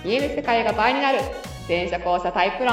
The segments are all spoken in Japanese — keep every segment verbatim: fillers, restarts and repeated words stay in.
見える世界が倍になる全車交差タイプ論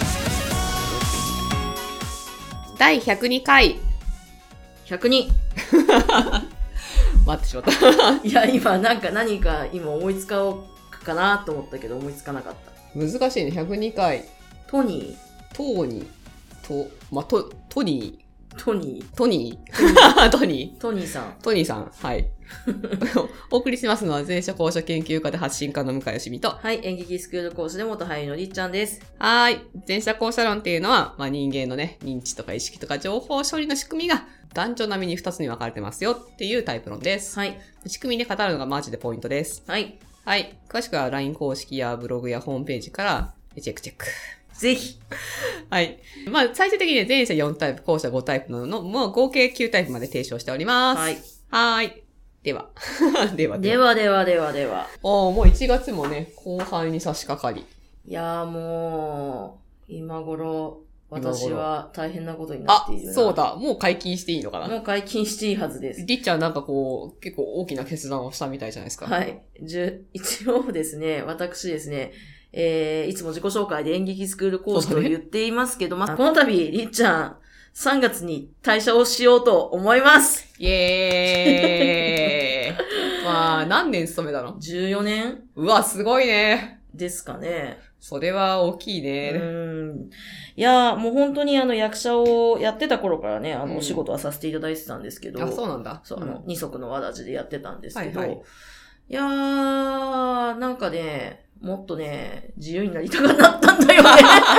だいひゃくにかい。 ひゃくに待ってしまったいや今なんか何か今思いつかおうかなと思ったけど思いつかなかった。 難しいね。ひゃくにかい。 トニートーニーと、まあ、ト、トニートニートニートニートニーさんトニーさん。はいお送りしますのは全社交渉研究家で発信家の向井よしみと、 はい、演劇スクール講師で元俳優のりっちゃんです。 はい。全社交渉論っていうのは、まあ、人間のね、認知とか意識とか情報処理の仕組みが男女並みにふたつに分かれてますよっていうタイプ論です。 はい。 仕組みで語るのがマジでポイントです。 はい。 はい。詳しくは ライン 公式やブログやホームページからチェックチェック。 ぜひ。 はい。まあ、最終的にね、前者よんタイプ、後者ごタイプのの、もう合計きゅうタイプまで提唱しております。 はい。 はーい。では。ではではではではでは。 おー、もういちがつもね、後半に差し掛かり。 いやーもう、今頃、私は大変なことになっているな。 あ、そうだ。もう解禁していいのかな。 もう解禁していいはずです。 りっちゃんなんかこう、結構大きな決断をしたみたいじゃないですか。 はい。じゅ、一応ですね、私ですね、えー、いつも自己紹介で演劇スクール講師と言っていますけど、ね、まあ、この度、りっちゃん、さんがつに退社をしようと思います。 イエーイまあ、何年勤めたの ? じゅうよねんうわ、すごいね。 ですかね。 それは大きいね。 うん。いや、もう本当にあの役者をやってた頃からね、あのお仕事はさせていただいてたんですけど。 うん、あ、そうなんだ。 そう、あの、二足のわらじでやってたんですけど。 はいはい、 いやー、なんかね、もっとね、自由になりたくなったんだよね。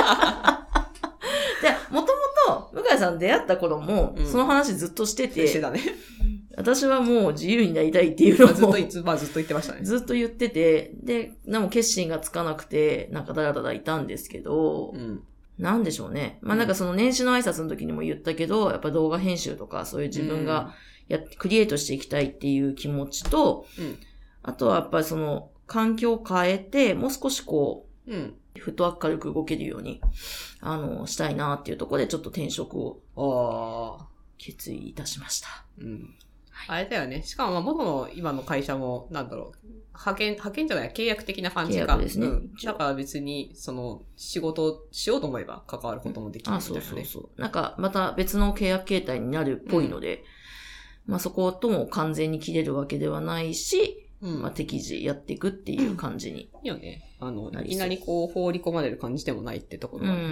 で、もともと、向井さん出会った頃も、その話ずっとしてて、 してたね。 私はもう自由になりたいっていうのを、 ずっといつ、まあずっと言ってましたね。 ずっと言ってて、で、でも決心がつかなくて、なんかだらだらいたんですけど、うん、なんでしょうね。まあなんかその年始の挨拶の時にも言ったけど、やっぱ動画編集とかそういう自分がや、うん、クリエイトしていきたいっていう気持ちと、うん、あとはやっぱりその環境を変えて、もう少しこう、うん、ふと明るく動けるように、あの、したいなっていうところでちょっと転職を決意いたしました。 うんあれだよね。しかも、まあ、元の今の会社も、なんだろう、派遣、派遣じゃない、契約的な感じか。 契約ですね。うん、 だから別に、その、仕事をしようと思えば関わることもできるみたいな、ね。 あ、そうそうそう。なんか、また別の契約形態になるっぽいので、うん、まあそことも完全に切れるわけではないし、うん、まあ適時やっていくっていう感じに。 いいよね。あの、いきなりこう放り込まれる感じでもないってところが。うん。うん、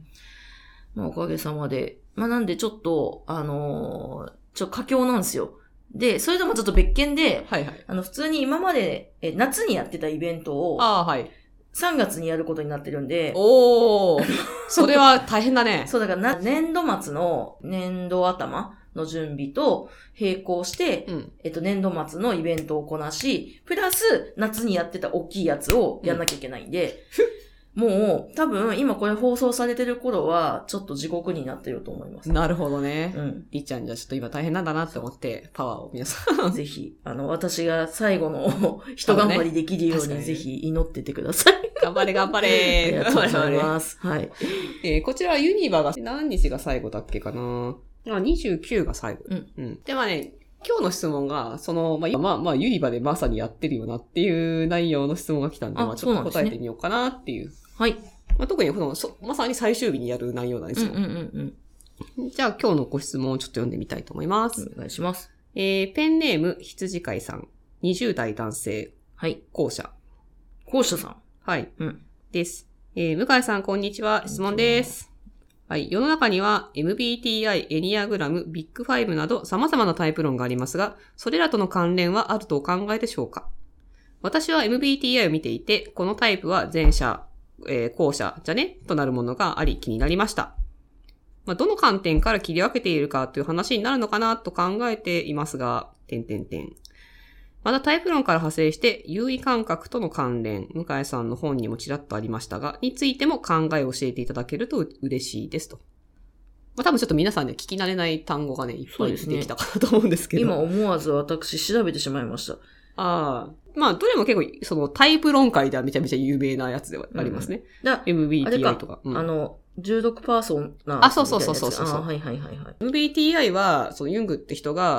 まあおかげさまで。まあなんでちょっと、あのー、ちょっと佳境なんですよ。で、それともちょっと別件で、はいはい。あの、普通に今まで、え、夏にやってたイベントを、 ああ、はい。 さんがつにやることになってるんで、 おー、それは大変だね。 そう、だからな、年度末の、年度頭の準備と並行して、うん、えっと、年度末のイベントをこなし、プラス、夏にやってた大きいやつをやんなきゃいけないんで、うん、もう、多分、今これ放送されてる頃は、ちょっと地獄になってると思います。 なるほどね。うん。りっちゃんじゃちょっと今大変なんだなって思って、パワーを皆さん。 ぜひ、あの、私が最後の人頑張りできるように、ぜひ祈っててください。 頑張れ頑張れ。 ありがとうございます。はい。 えー、こちらはユニバが何日が最後だっけかな。にじゅうくが最後。うん。うん。で、まあね、今日の質問が、その、まあ、まあ、まあ、ユニバでまさにやってるよなっていう内容の質問が来たんで、あまあ、ちょっと答えてみようかなっていう。 はい。 まあ、特にこのそ、まさに最終日にやる内容なんですよ。うんうんうんうん、じゃあ今日のご質問をちょっと読んでみたいと思います。 お願いします。 えー、ペンネーム、羊飼いさん。にじゅう代男性。 はい。 後者。 後者さん。 はい。うん。です。えー、向井さん、こんにちは。質問です。はい。世の中には エムビーティーアイ、エニアグラム、ビッグファイブなど様々なタイプ論がありますが、それらとの関連はあるとお考えでしょうか？私は エムビーティーアイ を見ていて、このタイプは前者、えー、後者じゃねとなるものがあり気になりました。まあ、どの観点から切り分けているかという話になるのかなと考えていますが、点々点。またタイプ論から派生して優位感覚との関連、向井さんの本にもちらっとありましたが、についても考えを教えていただけると嬉しいですと。まあ、多分ちょっと皆さんね、聞き慣れない単語がね、いっぱい出てきたかなと思うんですけど。 今思わず私調べてしまいました。 ああ。まあ、どれも結構、そのタイプ論界ではめちゃめちゃ有名なやつではありますね。うん、 だエムビーティーアイ とか。 うん、あの、重読パーソンな。 あ、そうそうそうそうそう。 あ、はいはいはいはい。 エムビーティーアイ は、そのユングって人が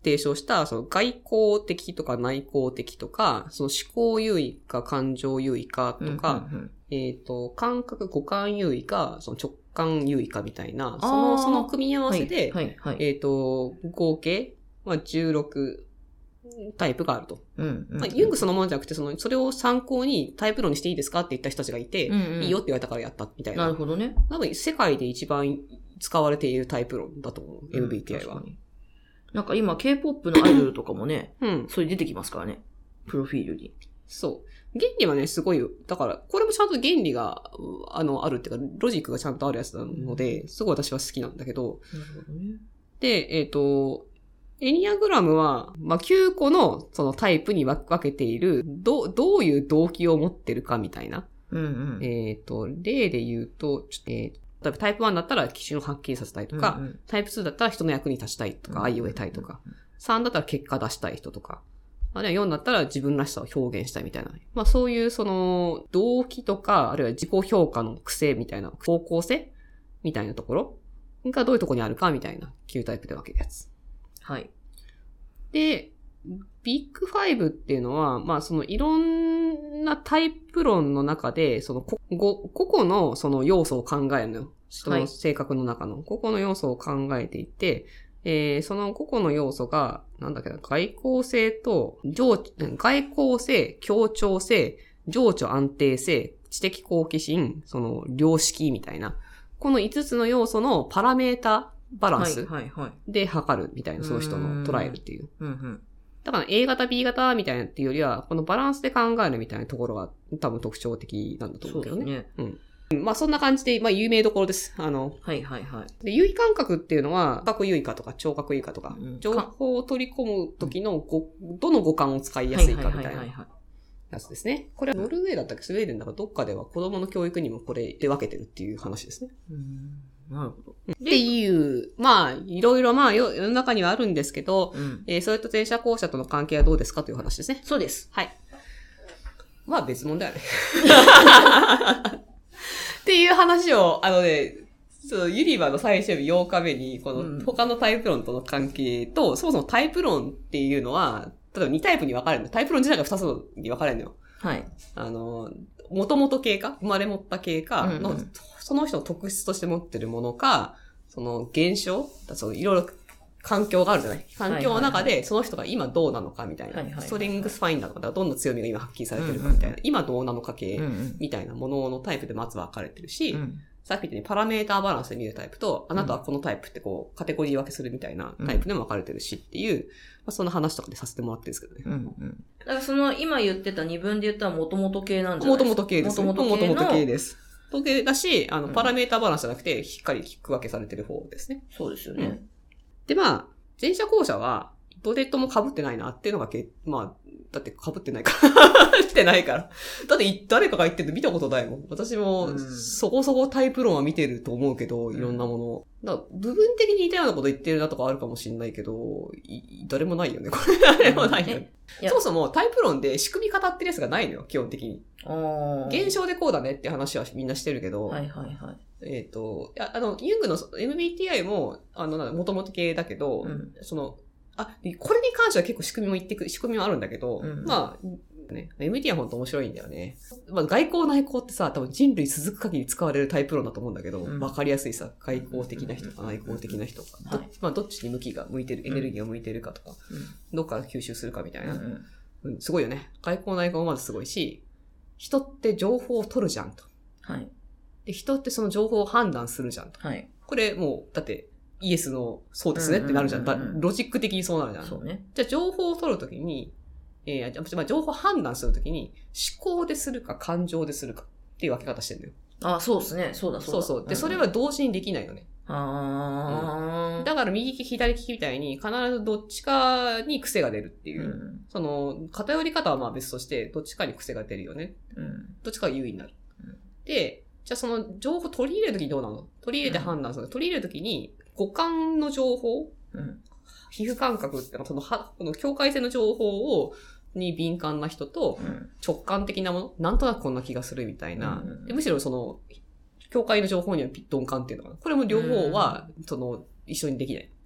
提唱した、その外交的とか内向的とか、その思考優位か感情優位かとか、うんうんうん、えっと、感覚五感優位か、その直感優位かみたいな、その、その組み合わせで、はいはいはい、えっと、合計、まあ、じゅうろくタイプがあると。うんうんうんまあ、ユングそのものじゃなくて、その、それを参考にタイプ論にしていいですかって言った人たちがいて、うんうん、いいよって言われたからやったみたいな。 なるほどね。 多分世界で一番使われているタイプ論だと思う、うん、エムビーティーアイ は。 なんか今 K-ポップ のアイドルとかもね、うん、それ出てきますからね。プロフィールに。 そう。原理はね、すごいよ。だから、これもちゃんと原理が、あの、あるっていうか、ロジックがちゃんとあるやつなので、うん、すごい私は好きなんだけど。なるほどね。で、えっと、エニアグラムは、まあ、きゅうこのそのタイプに分けている、ど、どういう動機を持ってるかみたいな。うんうん、えっと、例で言うと、ちょっと、えー、例えばタイプワンだったら基準をはっきりさせたいとか、うんうん、タイプツーだったら人の役に立ちたいとか、愛を得たいとか、さんだったら結果出したい人とか、あるいはよんだったら自分らしさを表現したいみたいな。まあそういうその動機とか、あるいは自己評価の癖みたいな、方向性みたいなところがどういうところにあるかみたいなきゅうタイプで分けるやつ。はい。で、ビッグファイブっていうのは、まあそのいろんなタイプ論の中で、その個々のその要素を考えるのよ。人の性格の中の個々の要素を考えていて、えー、その個々の要素が、なんだっけな、外交性と、情、外交性、協調性、情緒安定性、知的好奇心、その良識みたいな、このいつつの要素のパラメータバランスで測るみたいな、その人の捉えるっていう。うんうん、だから A 型、B 型みたいなっていうよりは、このバランスで考えるみたいなところが多分特徴的なんだと思うけどね。そうですね。うん。まあそんな感じで、まあ有名どころです。あの。はいはいはい。で、優位感覚っていうのは、視覚優位かとか聴覚優位かとか、うん、情報を取り込む時のご、どの五感を使いやすいかみたいなやつですね。これはノルウェーだったっけスウェーデンだかどっかでは子供の教育にもこれで分けてるっていう話ですね。うんなるほど。っていう、まあ、いろいろまあ世の中にはあるんですけど、うん、えー、それと前者後者との関係はどうですかという話ですね。 そうです。 はい。まあ別物だよね。っていう話を、あのね、そのユニバの最終日ようかめに、この他のタイプ論との関係と、うん、そもそもタイプ論っていうのは、例えばにタイプに分かれるの。タイプ論自体がふたつに分かれるのよ。はい。あの、元々系か生まれ持った系かの、うんうん、その人の特質として持ってるものか、その現象そのいろいろ環境があるじゃない環境の中でその人が今どうなのかみたいな。はいはいはいはい、ストレングスファインダーとかどんな強みが今発揮されてるかみたいな。うんうん、今どうなのか系みたいなもののタイプでまず分かれてるし、うん、さっき言ったようにパラメーターバランスで見るタイプと、あなたはこのタイプってこうカテゴリー分けするみたいなタイプでも分かれてるしっていう、まあ、その話とかでさせてもらってるんですけどね。うんうん、 だからその今言ってた二分で言ったら元々系なんじゃないですか。 元々系です。元々系。元々系です。時計だし、あの、パラメータバランスじゃなくて、しっかり区分けされてる方ですね。 そうですよね。うん、 で、まあ、前者後者は、どれとも被ってないなっていうのがけ、まあ、だって被ってないから。被ってないから。だって誰かが言ってるの見たことないもん。私も、そこそこタイプ論は見てると思うけど、いろんなもの。だから部分的に似たようなこと言ってるなとかあるかもしれないけど、誰もないよね。これ誰もないよね。そもそもタイプ論で仕組み語ってるやつがないのよ、基本的に。現象でこうだねって話はみんなしてるけど。はいはいはい。えっと、あの、ユングの エムビーティーアイ も、あの、もともと系だけど、うん、その、あ、これに関しては結構仕組みも言ってく、仕組みもあるんだけど、うん、まあ、ね、エムビーティーアイ は本当面白いんだよね。まあ、外交内交ってさ、多分人類続く限り使われるタイプ論だと思うんだけど、わ、うん、かりやすいさ、外交的な人か内交的な人か、はい、まあ、どっちに向きが向いてる、エネルギーが向いてるかとか、うん、どっから吸収するかみたいな、うんうん。すごいよね。外交内交もまずすごいし、人って情報を取るじゃんと。はい。で、人ってその情報を判断するじゃんと。はい。これもう、だって、イエスのそうですねってなるじゃん。うんうんうんうん、ロジック的にそうなるじゃん。そうね。じゃあ情報を取るときに、えー、まあ、情報判断するときに思考でするか感情でするかっていう分け方してるのよ。 ああ、そうですね。そうだそうだ。 そうそう。で、それは同時にできないのね。ああ、うん。だから右利き左利きみたいに必ずどっちかに癖が出るっていう。うん、その、偏り方はまあ別としてどっちかに癖が出るよね。うん、どっちかが優位になる。うん、で、じゃあその情報取り入れるときにどうなの取り入れて判断する。うん、取り入れるときに五感の情報、うん、皮膚感覚ってのはそのは、この境界線の情報を、に敏感な人と、直感的なもの、うん、なんとなくこんな気がするみたいな。うん、でむしろその、境界の情報には鈍感っていうのかな。これも両方は、うん、その、一緒にできない。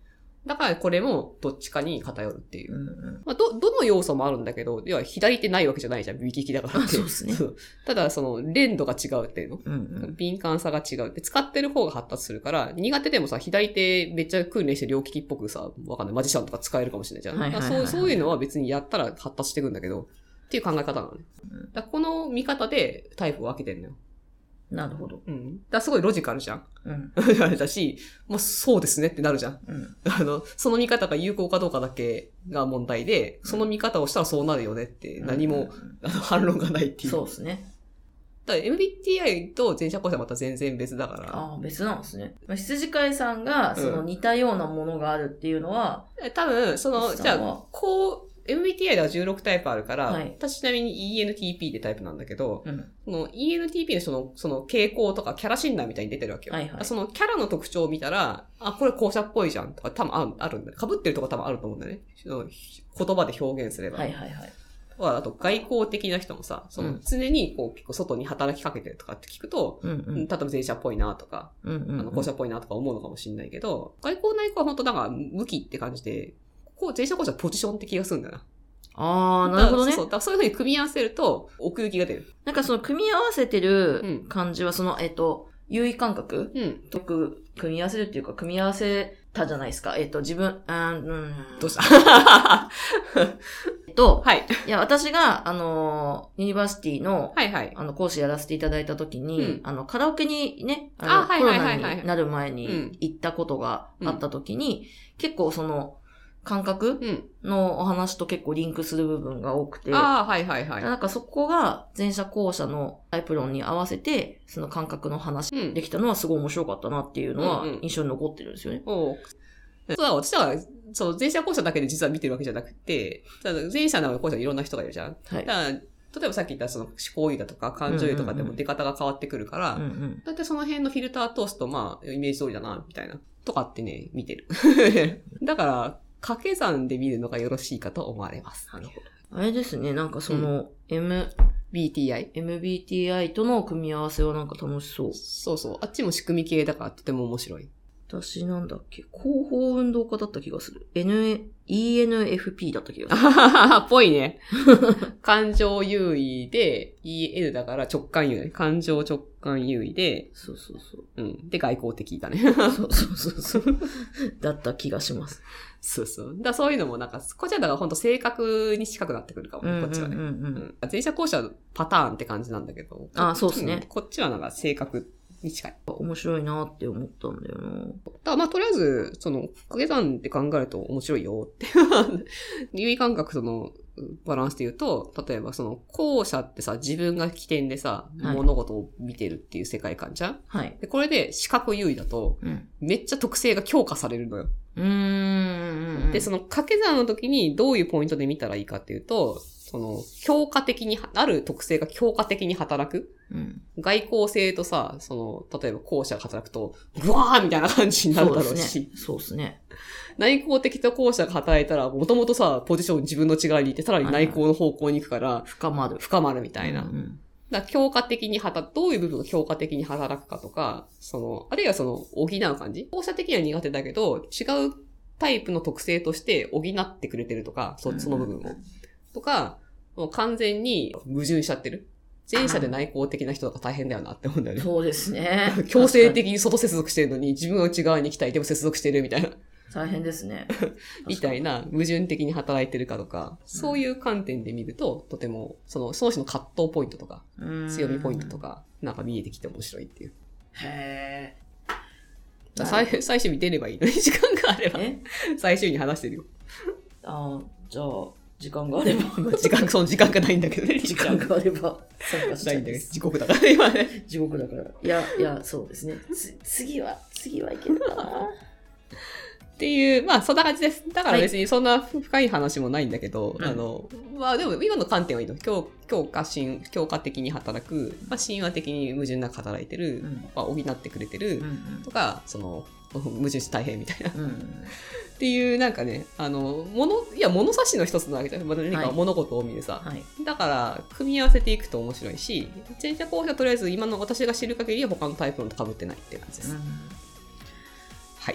だからこれもどっちかに偏るっていう。 うんうんまあ、ど、どの要素もあるんだけど、要は左手ないわけじゃないじゃん、右利きだからって。 そうですね。 ただ、その、連度が違うっていうの、 うんうん。 敏感さが違うって、使ってる方が発達するから、苦手でもさ、左手めっちゃ訓練して両利きっぽくさ、わかんない、マジシャンとか使えるかもしれないじゃん。 はいはいはいはい、 そう、そういうのは別にやったら発達していくんだけど、っていう考え方なのね。 うん、 だこの見方でタイプを分けてんのよ。 なるほど。 うん。だからすごいロジカルじゃん。 うん。 だし、まあ、そうですねってなるじゃん。 うん。 あの、その見方が有効かどうかだけが問題で、その見方をしたらそうなるよねって何も、うん、あの反論がないっていう。 そうですね。 だから エムビーティーアイ と前者後者はまた全然別だから。 ああ、別なんですね。羊飼いさんが、その似たようなものがあるっていうのは、 うん、多分、その、じゃあ、こう、エムビーティーアイ ではじゅうろくタイプあるから、はい、私ちなみに イーエヌティーピー ってタイプなんだけど、うん、その イーエヌティーピー のその、その傾向とかキャラ診断みたいに出てるわけよ。はいはい、そのキャラの特徴を見たら、あ、これ後者っぽいじゃんとか多分あるあるんだね。被ってるとか多分あると思うんだよね。言葉で表現すれば。はいはいはい。あと外交的な人もさ、その常にこう結構外に働きかけてるとかって聞くと、うんうん、例えば前者っぽいなとか、うんうんうん、あの後者っぽいなとか思うのかもしれないけど、外交内向は本当なんか向きって感じで、こう前者後者ポジションって気がするんだな。 ああ、なるほどね。 そうそう。だそういう風に組み合わせると、奥行きが出る。 なんかその組み合わせてる感じは、その、えっと、優位感覚うん。とく、組み合わせるっていうか、組み合わせたじゃないですか。えっと、自分、あーうん。 どうしたえっと、 はい。 いや、私が、あの、ユニバーシティの、 はいはい。 あの、講師やらせていただいたときに、うん、あの、カラオケにね、あの、 あ、はいはいはいはい、 コロナになる前に行ったことがあったときに、うん、結構その、感覚のお話と結構リンクする部分が多くて。 ああ、はいはいはい。 なんかそこが前者後者のタイプ論に合わせて、その感覚の話できたのはすごい面白かったなっていうのは印象に残ってるんですよね。 うんうん、おそうだ、私は、そう、前者後者だけで実は見てるわけじゃなくて、前者なの後者いろんな人がいるじゃん。はい。だから例えばさっき言ったその思考優だとか感情優とかでも出方が変わってくるから、うんうんうん、だいたいその辺のフィルター通すと、まあ、イメージ通りだな、みたいな。とかってね、見てる。だから、掛け算で見るのがよろしいかと思われます。 なるほど。あれですね、なんかその、うん、M、 ビーティーアイ? エムビーティーアイ との組み合わせはなんか楽しそう。 そうそう。あっちも仕組み系だからとても面白い。 私なんだっけ広報運動家だった気がする。N、イーエヌエフピー だった気がする。 ぽいね。感情優位で、イーエヌ だから直感優位。感情直感優位で、 そうそうそう。 うん。で、外交的だね。 そうそうそうそう。だった気がします。 そうそう。だそういうのもなんか、こっちはだから本当性格に近くなってくるかもね、こっちはね。うんうんうんうん、前者後者パターンって感じなんだけど。 ああ、そうですね。 こっちはなんか性格に近い。 面白いなって思ったんだよな。だからまあとりあえず、その、掛け算って考えると面白いよって。優位感覚その、バランスで言うと、例えばその、後者ってさ、自分が起点でさ、はい、物事を見てるっていう世界観じゃんはい。で、これで視覚優位だと、うん、めっちゃ特性が強化されるのよ。 うーん。 で、その掛け算の時にどういうポイントで見たらいいかっていうと、その、強化的に、ある特性が強化的に働く。うん、外交性とさ、その、例えば後者が働くと、ブワーみたいな感じになるだろうし。 そうですね。 内向的と後者が働いたら、もともとさ、ポジション自分の違いにいて、さらに内向の方向に行くから、 深まる。 深まるみたいな。うんうん、だから強化的に働く、どういう部分が強化的に働くかとか、その、あるいはその、補う感じ後者的には苦手だけど、違うタイプの特性として補ってくれてるとか、そ, その部分を。とか、もう完全に矛盾しちゃってる。前者で内向的な人とか大変だよなって思うんだよね。 そうですね。 強制的に外接続してるのに自分は内側に行きたい、でも接続してるみたいな。 大変ですね。 みたいな矛盾的に働いてるかとか、そういう観点で見ると、とても、その、その人の葛藤ポイントとか、強みポイントとか、なんか見えてきて面白いっていう。 へー。最、最終日出ればいいのに、時間があれば。最終日に話してるよ。 ああ、じゃあ、時間があれば。 時間、その時間がないんだけどね。 時間があれば参加しちゃないんだけど、地獄だから今ね。 地獄だから。いや、いや、そうですね。つ次は、次はいけるかな。 っていう、まあそんな感じです。だから別にそんな深い話もないんだけど、はい、あの、まあでも今の観点はいいの。強、強化、神、強化的に働く、まあ神話的に矛盾なく働いてる、うん、まあ補ってくれてる、うんうん、とか、その、矛盾して大変みたいな。うんうんっていうなんかね、あの、物、いや、物差しの一つなわけじゃん。まだ何か物事を見るさ。はい、だから、組み合わせていくと面白いし、前者後者とりあえず今の私が知る限りは他のタイプのと被ってないって感じです。うん、はい。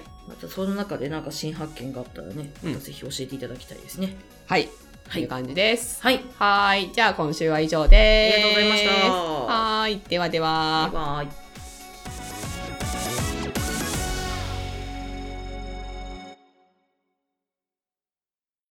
その中でなんか新発見があったらね、 うん、 ぜひ教えていただきたいですね。 はい。という感じです。 はい。 はい。じゃあ今週は以上です。 ありがとうございました。 はい。ではでは。 バイバイ。